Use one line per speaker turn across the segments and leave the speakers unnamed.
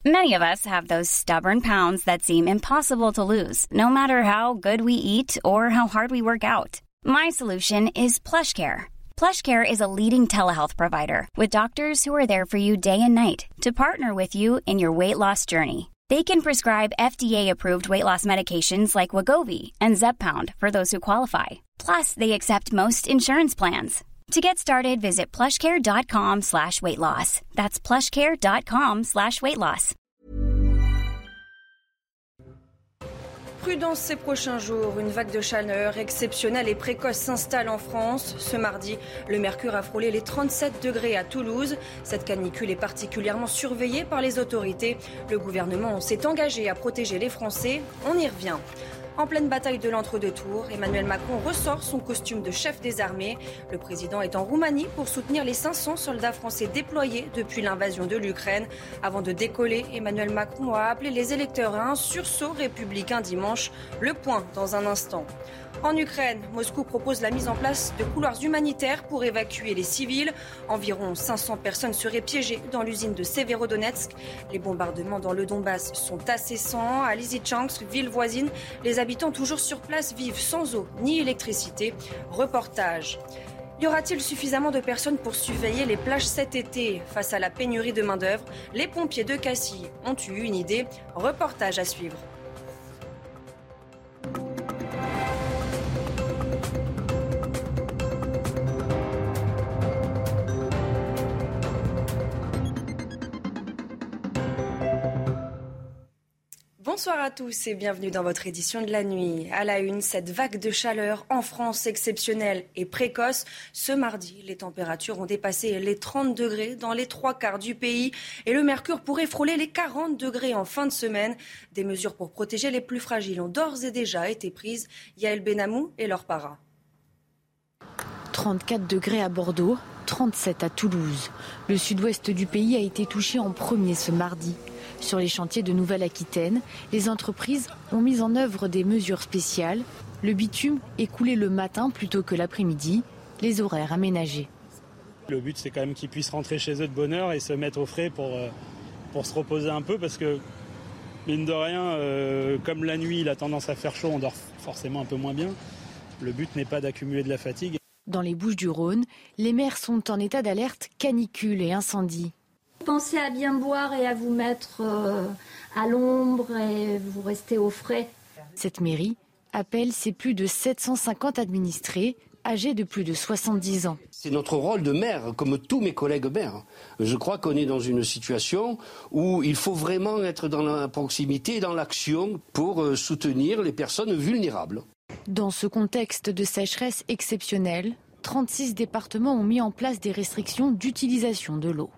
Many of us have those stubborn pounds that seem impossible to lose, no matter how good we eat or how hard we work out. My solution is PlushCare. PlushCare is a leading telehealth provider with doctors who are there for you day and night to partner with you in your weight loss journey. They can prescribe FDA-approved weight loss medications like Wegovy and Zepbound for those who qualify. Plus, they accept most insurance plans. To get started, visit plushcare.com/weightloss. That's plushcare.com/weightloss.
Prudence ces prochains jours, une vague de chaleur exceptionnelle et précoce s'installe en France. Ce mardi, le mercure a frôlé les 37 degrés à Toulouse. Cette canicule est particulièrement surveillée par les autorités. Le gouvernement s'est engagé à protéger les Français. On y revient. En pleine bataille de l'entre-deux-tours, Emmanuel Macron ressort son costume de chef des armées. Le président est en Roumanie pour soutenir les 500 soldats français déployés depuis l'invasion de l'Ukraine. Avant de décoller, Emmanuel Macron a appelé les électeurs à un sursaut républicain dimanche. Le point dans un instant. En Ukraine, Moscou propose la mise en place de couloirs humanitaires pour évacuer les civils. Environ 500 personnes seraient piégées dans l'usine de Severodonetsk. Les bombardements dans le Donbass sont incessants. À Lysychansk, ville voisine, les habitants toujours sur place vivent sans eau ni électricité. Reportage. Y aura-t-il suffisamment de personnes pour surveiller les plages cet été? Face à la pénurie de main-d'œuvre, les pompiers de Cassis ont eu une idée. Reportage à suivre. Bonsoir à tous et bienvenue dans votre édition de la nuit. À la une, cette vague de chaleur en France exceptionnelle et précoce. Ce mardi, les températures ont dépassé les 30 degrés dans les 3/4 du pays et le mercure pourrait frôler les 40 degrés en fin de semaine. Des mesures pour protéger les plus fragiles ont d'ores et déjà été prises. Yael Benamou et Laure Para.
34 degrés à Bordeaux, 37 à Toulouse. Le sud-ouest du pays a été touché en premier ce mardi. Sur les chantiers de Nouvelle-Aquitaine, les entreprises ont mis en œuvre des mesures spéciales. Le bitume est coulé le matin plutôt que l'après-midi, les horaires aménagés.
Le but, c'est quand même qu'ils puissent rentrer chez eux de bonne heure et se mettre au frais pour se reposer un peu parce que, mine de rien, comme la nuit, il a tendance à faire chaud, on dort forcément un peu moins bien. Le but n'est pas d'accumuler de la fatigue.
Dans les Bouches-du-Rhône, les maires sont en état d'alerte canicule et incendie.
Pensez à bien boire et à vous mettre à l'ombre et vous restez au frais.
Cette mairie appelle ses plus de 750 administrés âgés de plus de 70 ans.
C'est notre rôle de maire, comme tous mes collègues maires. Je crois qu'on est dans une situation où il faut vraiment être dans la proximité et dans l'action pour soutenir les personnes vulnérables.
Dans ce contexte de sécheresse exceptionnelle, 36 départements ont mis en place des restrictions d'utilisation de l'eau.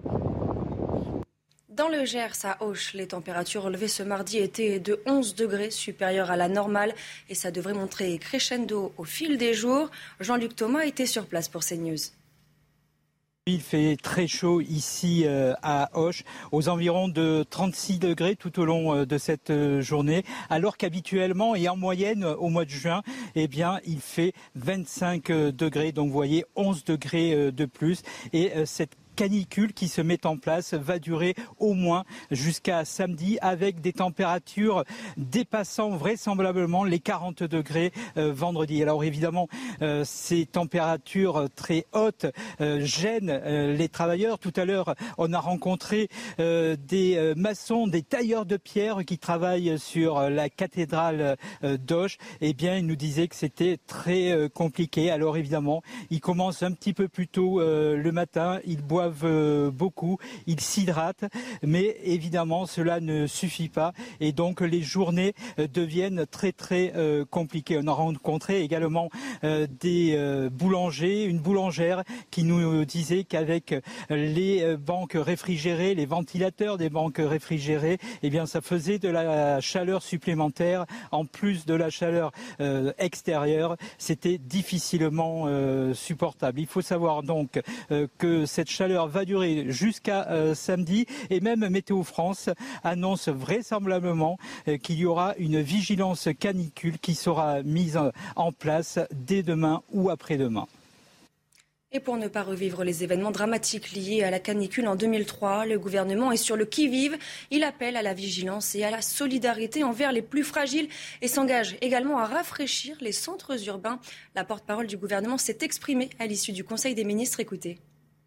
Dans le Gers, à Auch, les températures relevées ce mardi étaient de 11 degrés, supérieures à la normale. Et ça devrait montrer crescendo au fil des jours. Jean-Luc Thomas était sur place pour CNews.
Il fait très chaud ici à Auch, aux environs de 36 degrés tout au long de cette journée, alors qu'habituellement et en moyenne au mois de juin, eh bien, il fait 25 degrés, donc vous voyez 11 degrés de plus. Et cette canicule qui se met en place va durer au moins jusqu'à samedi avec des températures dépassant vraisemblablement les 40 degrés vendredi. Alors évidemment, ces températures très hautes gênent les travailleurs. Tout à l'heure, on a rencontré des maçons, des tailleurs de pierre qui travaillent sur la cathédrale d'Auch. Eh bien, ils nous disaient que c'était très compliqué. Alors évidemment, ils commencent un petit peu plus tôt le matin, ils boivent beaucoup, ils s'hydratent, mais évidemment cela ne suffit pas et donc les journées deviennent très très compliquées. On a rencontré également des boulangers, une boulangère qui nous disait qu'avec les banques réfrigérées, les ventilateurs des banques réfrigérées, eh bien ça faisait de la chaleur supplémentaire en plus de la chaleur extérieure. C'était difficilement supportable. Il faut savoir donc que cette chaleur va durer jusqu'à samedi et même Météo France annonce vraisemblablement qu'il y aura une vigilance canicule qui sera mise en place dès demain ou après-demain.
Et pour ne pas revivre les événements dramatiques liés à la canicule en 2003, le gouvernement est sur le qui-vive. Il appelle à la vigilance et à la solidarité envers les plus fragiles et s'engage également à rafraîchir les centres urbains. La porte-parole du gouvernement s'est exprimée à l'issue du Conseil des ministres. Écoutez.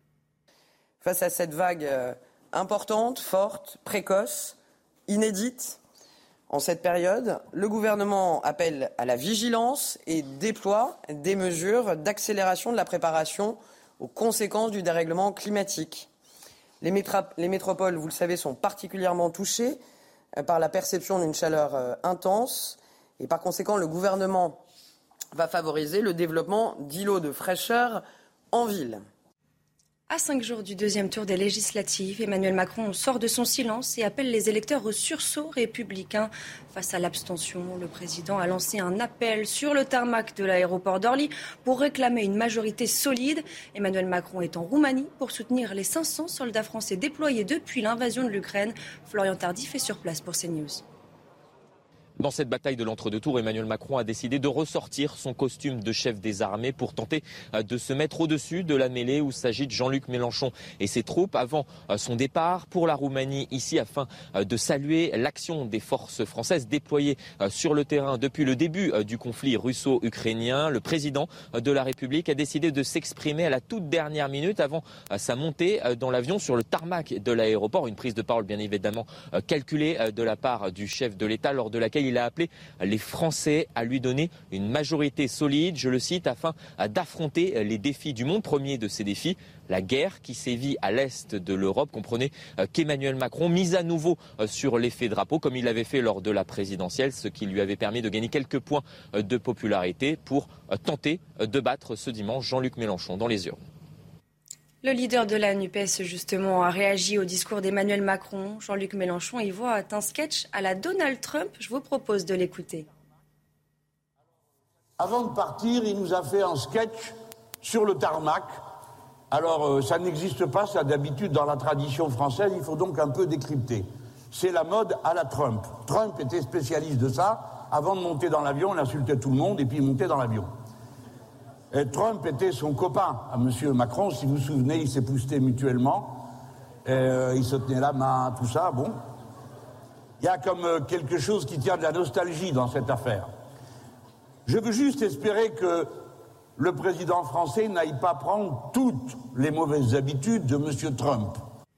Face à cette vague importante, forte, précoce, inédite, en cette période, le gouvernement appelle à la vigilance et déploie des mesures d'accélération de la préparation aux conséquences du dérèglement climatique. Les métropoles, vous le savez, sont particulièrement touchées par la perception d'une chaleur intense et par conséquent, le gouvernement va favoriser le développement d'îlots de fraîcheur en ville.
À 5 jours du deuxième tour des législatives, Emmanuel Macron sort de son silence et appelle les électeurs au sursaut républicain. Face à l'abstention, le président a lancé un appel sur le tarmac de l'aéroport d'Orly pour réclamer une majorité solide. Emmanuel Macron est en Roumanie pour soutenir les 500 soldats français déployés depuis l'invasion de l'Ukraine. Florian Tardif est sur place pour CNews.
Dans cette bataille de l'entre-deux tours, Emmanuel Macron a décidé de ressortir son costume de chef des armées pour tenter de se mettre au-dessus de la mêlée où s'agite Jean-Luc Mélenchon et ses troupes avant son départ pour la Roumanie ici afin de saluer l'action des forces françaises déployées sur le terrain depuis le début du conflit russo-ukrainien. Le président de la République a décidé de s'exprimer à la toute dernière minute avant sa montée dans l'avion sur le tarmac de l'aéroport. Une prise de parole bien évidemment calculée de la part du chef de l'État lors de laquelle il a appelé les Français à lui donner une majorité solide, je le cite, afin d'affronter les défis du monde. Premier de ces défis, la guerre qui sévit à l'est de l'Europe. Comprenez qu'Emmanuel Macron mise à nouveau sur l'effet drapeau, comme il l'avait fait lors de la présidentielle, ce qui lui avait permis de gagner quelques points de popularité pour tenter de battre ce dimanche Jean-Luc Mélenchon dans les urnes.
Le leader de la NUPES, justement, a réagi au discours d'Emmanuel Macron. Jean-Luc Mélenchon y voit un sketch à la Donald Trump. Je vous propose de l'écouter.
Avant de partir, il nous a fait un sketch sur le tarmac. Alors, ça n'existe pas, ça, d'habitude, dans la tradition française. Il faut donc un peu décrypter. C'est la mode à la Trump. Trump était spécialiste de ça. Avant de monter dans l'avion, il insultait tout le monde et puis il montait dans l'avion. Et Trump était son copain à M. Macron, si vous vous souvenez, ils s'époustaient mutuellement, ils se tenaient la main, tout ça, bon. Il y a comme quelque chose qui tient de la nostalgie dans cette affaire. Je veux juste espérer que le président français n'aille pas prendre toutes les mauvaises habitudes de M. Trump.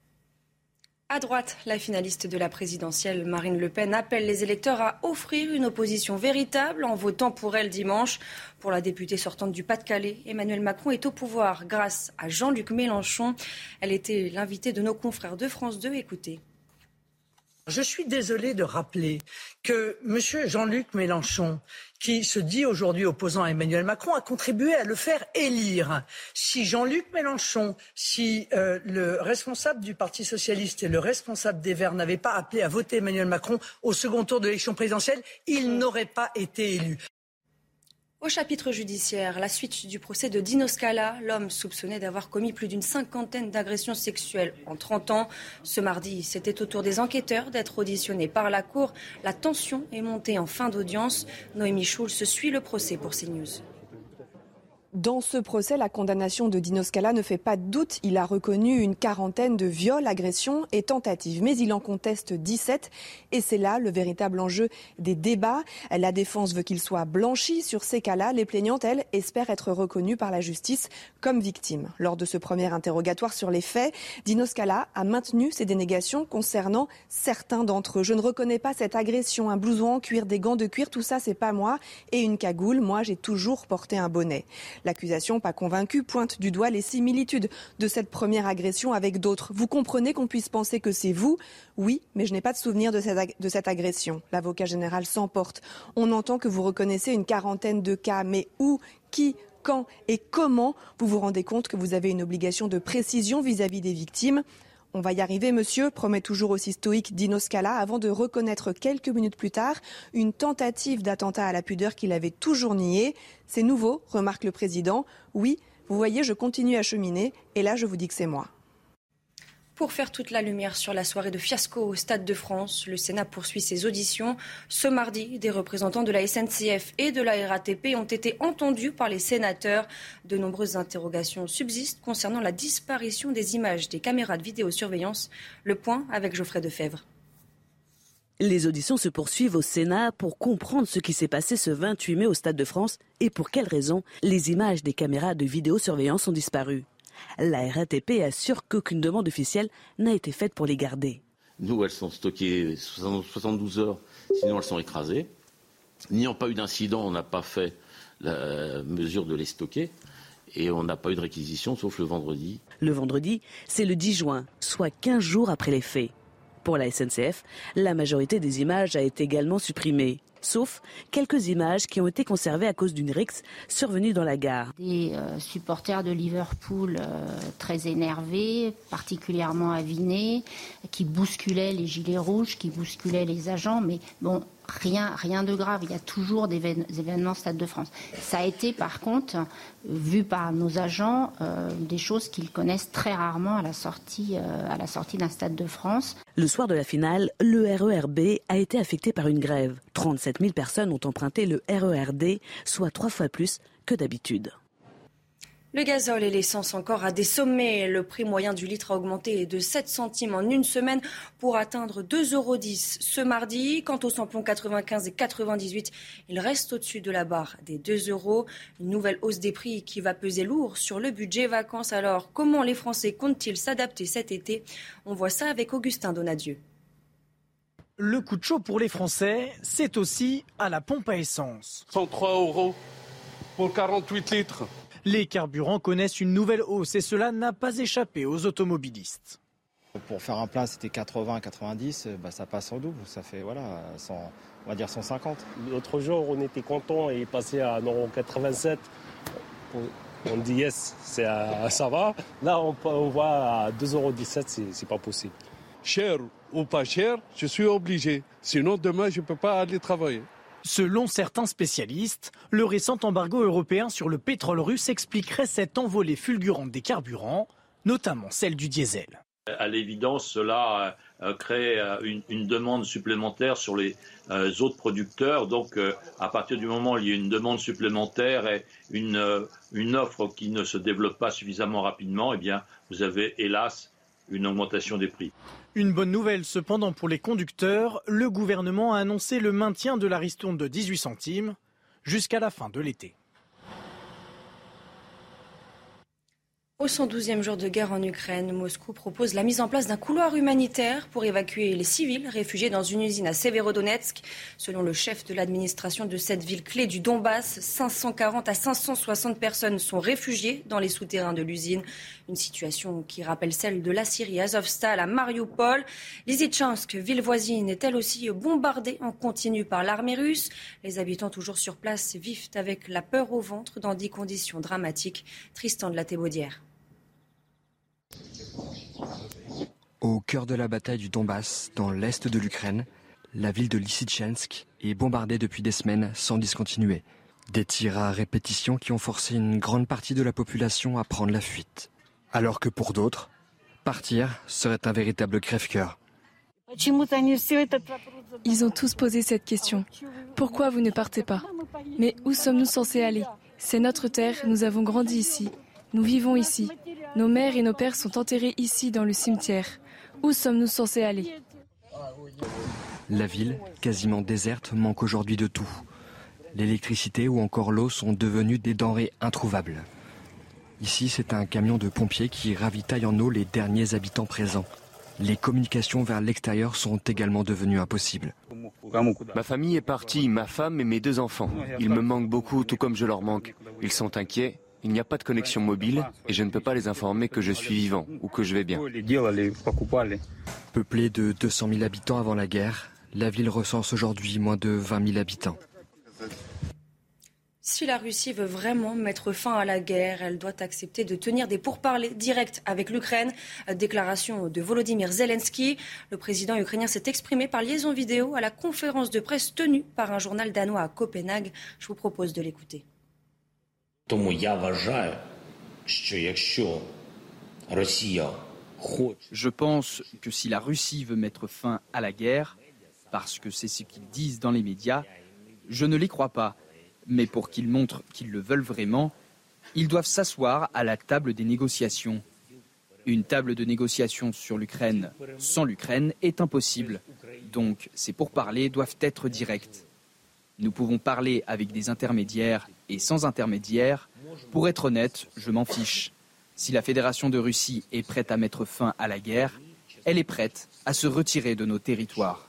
À droite, la finaliste de la présidentielle, Marine Le Pen, appelle les électeurs à offrir une opposition véritable en votant pour elle dimanche. Pour la députée sortante du Pas-de-Calais, Emmanuel Macron est au pouvoir grâce à Jean-Luc Mélenchon. Elle était l'invitée de nos confrères de France 2. Écoutez.
Je suis désolé de rappeler que M. Jean-Luc Mélenchon, qui se dit aujourd'hui opposant à Emmanuel Macron, a contribué à le faire élire. Si Jean-Luc Mélenchon, si le responsable du Parti socialiste et le responsable des Verts n'avaient pas appelé à voter Emmanuel Macron au second tour de l'élection présidentielle, il n'aurait pas été élu.
Au chapitre judiciaire, la suite du procès de Dino Scala, l'homme soupçonné d'avoir commis plus d'une 50aine d'agressions sexuelles en 30 ans. Ce mardi, c'était au tour des enquêteurs d'être auditionnés par la Cour. La tension est montée en fin d'audience. Noémie Schulz suit le procès pour CNews.
Dans ce procès, la condamnation de Dino Scala ne fait pas de doute. Il a reconnu une quarantaine de viols, agressions et tentatives. Mais il en conteste 17. Et c'est là le véritable enjeu des débats. La défense veut qu'il soit blanchi. Sur ces cas-là, les plaignantes, elles, espèrent être reconnues par la justice comme victimes. Lors de ce premier interrogatoire sur les faits, Dino Scala a maintenu ses dénégations concernant certains d'entre eux. Je ne reconnais pas cette agression, un blouson en cuir, des gants de cuir, tout ça, c'est pas moi. Et une cagoule, moi, j'ai toujours porté un bonnet. L'accusation, pas convaincue, pointe du doigt les similitudes de cette première agression avec d'autres. Vous comprenez qu'on puisse penser que c'est vous ? Oui, mais je n'ai pas de souvenir de cette agression. L'avocat général s'emporte. On entend que vous reconnaissez une quarantaine de cas, mais où, qui, quand et comment vous vous rendez compte que vous avez une obligation de précision vis-à-vis des victimes ? On va y arriver, monsieur, promet toujours aussi stoïque Dino Scala, avant de reconnaître quelques minutes plus tard une tentative d'attentat à la pudeur qu'il avait toujours nié. C'est nouveau, remarque le président. Oui, vous voyez, je continue à cheminer et là, je vous dis que c'est moi.
Pour faire toute la lumière sur la soirée de fiasco au Stade de France, le Sénat poursuit ses auditions. Ce mardi, des représentants de la SNCF et de la RATP ont été entendus par les sénateurs. De nombreuses interrogations subsistent concernant la disparition des images des caméras de vidéosurveillance. Le point avec Geoffrey Defebvre.
Les auditions se poursuivent au Sénat pour comprendre ce qui s'est passé ce 28 mai au Stade de France et pour quelles raisons les images des caméras de vidéosurveillance ont disparu. La RATP assure qu'aucune demande officielle n'a été faite pour les garder.
Nous, elles sont stockées 72 heures, sinon elles sont écrasées. N'ayant pas eu d'incident, on n'a pas fait la mesure de les stocker et on n'a pas eu de réquisition sauf le vendredi.
Le vendredi, c'est le 10 juin, soit 15 jours après les faits. Pour la SNCF, la majorité des images a été également supprimée. Sauf quelques images qui ont été conservées à cause d'une rixe survenue dans la gare.
Des supporters de Liverpool très énervés, particulièrement avinés, qui bousculaient les gilets rouges, qui bousculaient les agents, mais bon, rien de grave. Il y a toujours des événements Stade de France. Ça a été par contre, vu par nos agents, des choses qu'ils connaissent très rarement à la sortie d'un Stade de France.
Le soir de la finale, le RERB a été affecté par une grève. 37 000 personnes ont emprunté le RERD, soit 3 fois plus que d'habitude.
Le gazole et l'essence encore à des sommets. Le prix moyen du litre a augmenté de 7 centimes en une semaine pour atteindre 2,10 € ce mardi. Quant aux samplons 95 et 98, il reste au-dessus de la barre des 2 €. Une nouvelle hausse des prix qui va peser lourd sur le budget vacances. Alors, comment les Français comptent-ils s'adapter cet été ? On voit ça avec Augustin Donadieu.
Le coup de chaud pour les Français, c'est aussi à la pompe à essence.
103 € pour 48 litres.
Les carburants connaissent une nouvelle hausse et cela n'a pas échappé aux automobilistes.
Pour faire un plein, c'était 80, 90, ça passe en double, ça fait on va dire 150.
L'autre jour, on était content et il est passé à 1,87 €. On dit yes, ça va. Là, on voit à 2,17 €, c'est pas possible.
Cher ou pas cher, je suis obligé. Sinon, demain, je ne peux pas aller travailler.
Selon certains spécialistes, le récent embargo européen sur le pétrole russe expliquerait cette envolée fulgurante des carburants, notamment celle du diesel.
À l'évidence, cela crée une demande supplémentaire sur les autres producteurs. Donc, à partir du moment où il y a une demande supplémentaire et une offre qui ne se développe pas suffisamment rapidement, eh bien, vous avez, hélas, une augmentation des prix.
Une bonne nouvelle cependant pour les conducteurs, le gouvernement a annoncé le maintien de la ristourne de 18 centimes jusqu'à la fin de l'été.
Au 112e jour de guerre en Ukraine, Moscou propose la mise en place d'un couloir humanitaire pour évacuer les civils réfugiés dans une usine à Severodonetsk. Selon le chef de l'administration de cette ville clé du Donbass, 540 à 560 personnes sont réfugiées dans les souterrains de l'usine. Une situation qui rappelle celle de la Syrie, Azovstal à Mariupol. Lysychansk, ville voisine, est elle aussi bombardée en continu par l'armée russe. Les habitants toujours sur place vivent avec la peur au ventre dans des conditions dramatiques. Tristan de la Thébaudière.
Au cœur de la bataille du Donbass, dans l'est de l'Ukraine, la ville de Lysychansk est bombardée depuis des semaines sans discontinuer. Des tirs à répétition qui ont forcé une grande partie de la population à prendre la fuite. Alors que pour d'autres, partir serait un véritable crève-cœur.
Ils ont tous posé cette question. Pourquoi vous ne partez pas ? Mais où sommes-nous censés aller ? C'est notre terre, nous avons grandi ici. Nous vivons ici. Nos mères et nos pères sont enterrés ici dans le cimetière. Où sommes-nous censés aller ?
La ville, quasiment déserte, manque aujourd'hui de tout. L'électricité ou encore l'eau sont devenues des denrées introuvables. Ici, c'est un camion de pompiers qui ravitaille en eau les derniers habitants présents. Les communications vers l'extérieur sont également devenues impossibles.
Ma famille est partie, ma femme et mes 2 enfants. Ils me manquent beaucoup, tout comme je leur manque. Ils sont inquiets. Il n'y a pas de connexion mobile et je ne peux pas les informer que je suis vivant ou que je vais bien.
Peuplée de 200 000 habitants avant la guerre, la ville recense aujourd'hui moins de 20 000 habitants.
Si la Russie veut vraiment mettre fin à la guerre, elle doit accepter de tenir des pourparlers directs avec l'Ukraine. Déclaration de Volodymyr Zelensky. Le président ukrainien s'est exprimé par liaison vidéo à la conférence de presse tenue par un journal danois à Copenhague. Je vous propose de l'écouter.
Тому я вважаю, що якщо Росія
Je pense que si la Russie veut mettre fin à la guerre, parce que c'est ce qu'ils disent dans les médias, je ne les crois pas. Mais pour qu'ils montrent qu'ils le veulent vraiment, ils doivent s'asseoir à la table des négociations. Une table de négociation sur l'Ukraine sans l'Ukraine est impossible. Donc ces pourparlers doivent être directs. Nous pouvons parler avec des intermédiaires et sans intermédiaires. Pour être honnête, je m'en fiche. Si la Fédération de Russie est prête à mettre fin à la guerre, elle est prête à se retirer de nos territoires.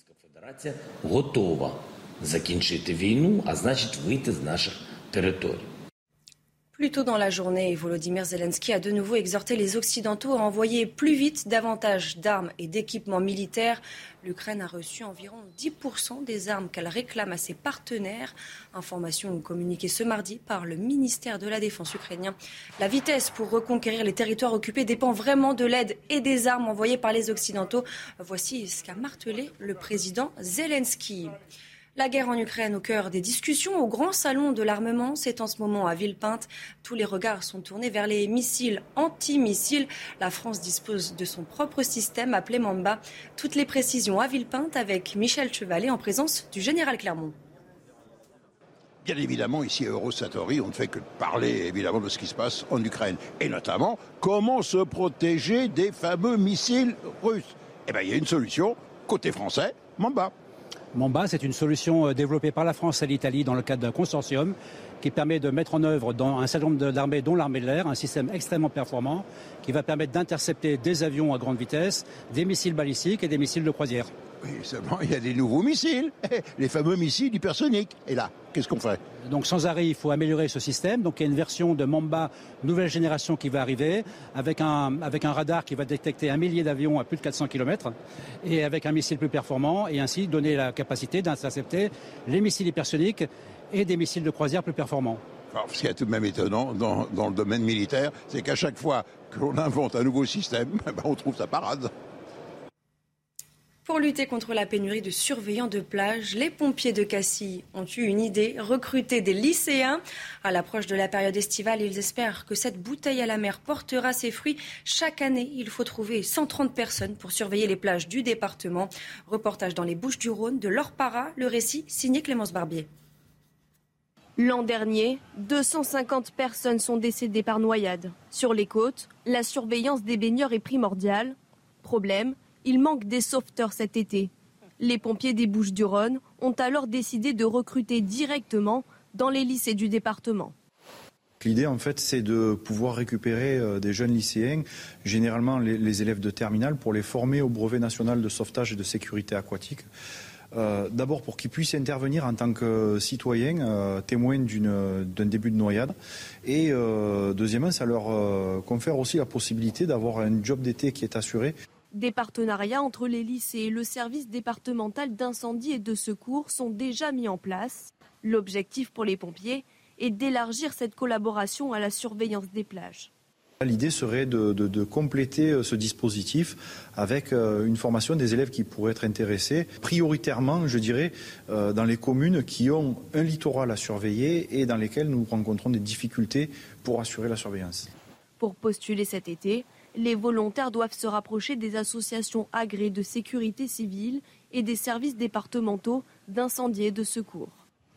Plus tôt dans la journée, Volodymyr Zelensky a de nouveau exhorté les Occidentaux à envoyer plus vite davantage d'armes et d'équipements militaires. L'Ukraine a reçu environ 10% des armes qu'elle réclame à ses partenaires. Information communiquée ce mardi par le ministère de la Défense ukrainien. La vitesse pour reconquérir les territoires occupés dépend vraiment de l'aide et des armes envoyées par les Occidentaux. Voici ce qu'a martelé le président Zelensky. La guerre en Ukraine au cœur des discussions au Grand Salon de l'Armement, c'est en ce moment à Villepinte. Tous les regards sont tournés vers les missiles anti-missiles. La France dispose de son propre système appelé Mamba. Toutes les précisions à Villepinte avec Michel Chevalet en présence du général Clermont.
Bien évidemment, ici à Eurosatory, on ne fait que parler évidemment de ce qui se passe en Ukraine. Et notamment, comment se protéger des fameux missiles russes. Eh bien, il y a une solution, côté français, Mamba.
Mamba, c'est une solution développée par la France et l'Italie dans le cadre d'un consortium qui permet de mettre en œuvre dans un certain nombre d'armées, dont l'armée de l'air, un système extrêmement performant qui va permettre d'intercepter des avions à grande vitesse, des missiles balistiques et des missiles de croisière.
Oui, seulement il y a des nouveaux missiles, les fameux missiles hypersoniques. Et là, qu'est-ce qu'on fait ?
Donc sans arrêt, il faut améliorer ce système. Donc il y a une version de Mamba nouvelle génération qui va arriver, avec un radar qui va détecter 1 millier d'avions à plus de 400 km, et avec un missile plus performant, et ainsi donner la capacité d'intercepter les missiles hypersoniques et des missiles de croisière plus performants.
Alors, ce qui est tout de même étonnant dans le domaine militaire, c'est qu'à chaque fois que l'on invente un nouveau système, on trouve sa parade.
Pour lutter contre la pénurie de surveillants de plage, les pompiers de Cassis ont eu une idée, recruter des lycéens. À l'approche de la période estivale, ils espèrent que cette bouteille à la mer portera ses fruits. Chaque année, il faut trouver 130 personnes pour surveiller les plages du département. Reportage dans les Bouches-du-Rhône de Laure Parra, le récit signé Clémence Barbier.
L'an dernier, 250 personnes sont décédées par noyade. Sur les côtes, la surveillance des baigneurs est primordiale. Problème, il manque des sauveteurs cet été. Les pompiers des Bouches-du-Rhône ont alors décidé de recruter directement dans les lycées du département.
L'idée, en fait, c'est de pouvoir récupérer des jeunes lycéens, généralement les élèves de terminale, pour les former au brevet national de sauvetage et de sécurité aquatique. D'abord pour qu'ils puissent intervenir en tant que citoyens, témoins d'un début de noyade. Et deuxièmement, ça leur confère aussi la possibilité d'avoir un job d'été qui est assuré.
Des partenariats entre les lycées et le service départemental d'incendie et de secours sont déjà mis en place. L'objectif pour les pompiers est d'élargir cette collaboration à la surveillance des plages.
L'idée serait de compléter ce dispositif avec une formation des élèves qui pourraient être intéressés, prioritairement, je dirais, dans les communes qui ont un littoral à surveiller et dans lesquelles nous rencontrons des difficultés pour assurer la surveillance.
Pour postuler cet été, les volontaires doivent se rapprocher des associations agréées de sécurité civile et des services départementaux d'incendie et de secours.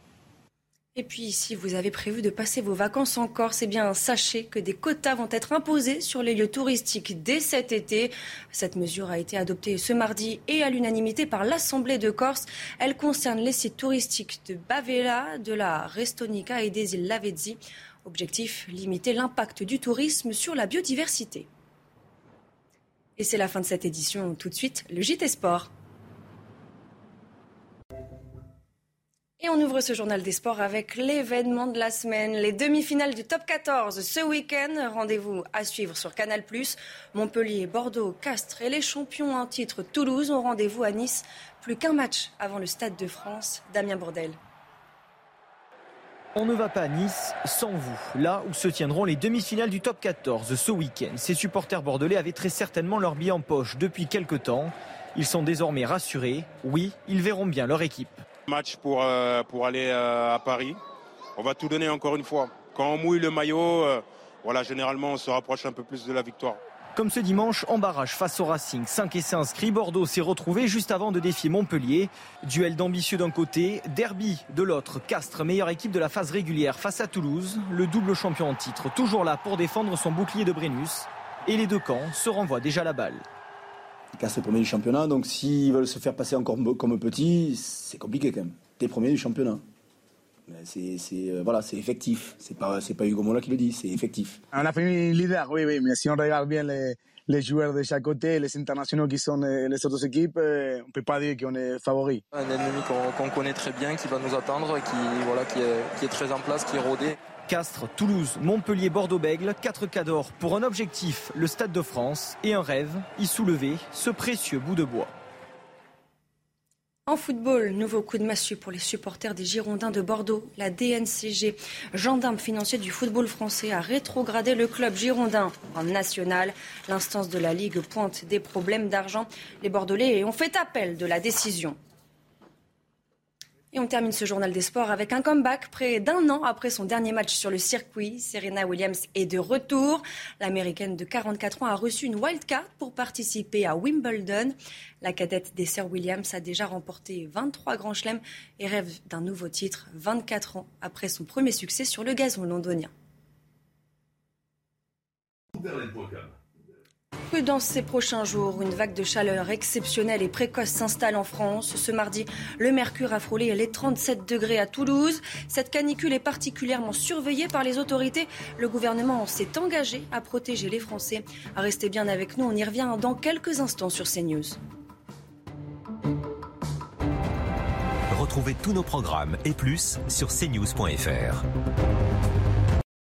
Et puis, si vous avez prévu de passer vos vacances en Corse, eh bien, sachez que des quotas vont être imposés sur les lieux touristiques dès cet été. Cette mesure a été adoptée ce mardi et à l'unanimité par l'Assemblée de Corse. Elle concerne les sites touristiques de Bavela, de la Restonica et des îles Lavezzi. Objectif, limiter l'impact du tourisme sur la biodiversité. Et c'est la fin de cette édition. Tout de suite, le JT Sport. Et on ouvre ce journal des sports avec l'événement de la semaine, les demi-finales du Top 14 ce week-end. Rendez-vous à suivre sur Canal+. Montpellier, Bordeaux, Castres et les champions en titre Toulouse ont rendez-vous à Nice. Plus qu'un match avant le Stade de France. Damien Bourdel.
On ne va pas à Nice sans vous, là où se tiendront les demi-finales du Top 14 ce week-end. Ces supporters bordelais avaient très certainement leur billet en poche depuis quelque temps. Ils sont désormais rassurés. Oui, ils verront bien leur équipe.
Match pour aller à Paris. On va tout donner encore une fois. Quand on mouille le maillot, généralement on se rapproche un peu plus de la victoire.
Comme ce dimanche, en barrage face au Racing, 5 essais inscrits, Bordeaux s'est retrouvé juste avant de défier Montpellier. Duel d'ambitieux d'un côté, derby de l'autre. Castres, meilleure équipe de la phase régulière face à Toulouse. Le double champion en titre, toujours là pour défendre son bouclier de Brennus. Et les deux camps se renvoient déjà la balle.
Castres est premier du championnat, donc s'ils veulent se faire passer encore comme petit, c'est compliqué quand même. T'es premier du championnat. C'est effectif. C'est pas Hugo Mola qui le dit, c'est effectif.
On a fait une leader, oui, mais si on regarde bien les joueurs de chaque côté, les internationaux qui sont les autres équipes, on ne peut pas dire qu'on est favori.
Un ennemi qu'on connaît très bien, qui va nous attendre, qui est très en place, qui est rodé.
Castres, Toulouse, Montpellier, Bordeaux-Bègles, 4 cadors pour un objectif, le Stade de France, et un rêve, y soulever ce précieux bout de bois.
En football, nouveau coup de massue pour les supporters des Girondins de Bordeaux. La DNCG, gendarme financier du football français, a rétrogradé le club girondin en national. L'instance de la Ligue pointe des problèmes d'argent. Les Bordelais ont fait appel de la décision. Et on termine ce journal des sports avec un comeback près d'un an après son dernier match sur le circuit. Serena Williams est de retour. L'Américaine de 44 ans a reçu une wildcard pour participer à Wimbledon. La cadette des sœurs Williams a déjà remporté 23 grands chelems et rêve d'un nouveau titre 24 ans après son premier succès sur le gazon londonien. Prudence ces prochains jours. Une vague de chaleur exceptionnelle et précoce s'installe en France. Ce mardi, le mercure a frôlé les 37 degrés à Toulouse. Cette canicule est particulièrement surveillée par les autorités. Le gouvernement s'est engagé à protéger les Français. Restez bien avec nous, on y revient dans quelques instants sur CNews.
Retrouvez tous nos programmes et plus sur cnews.fr.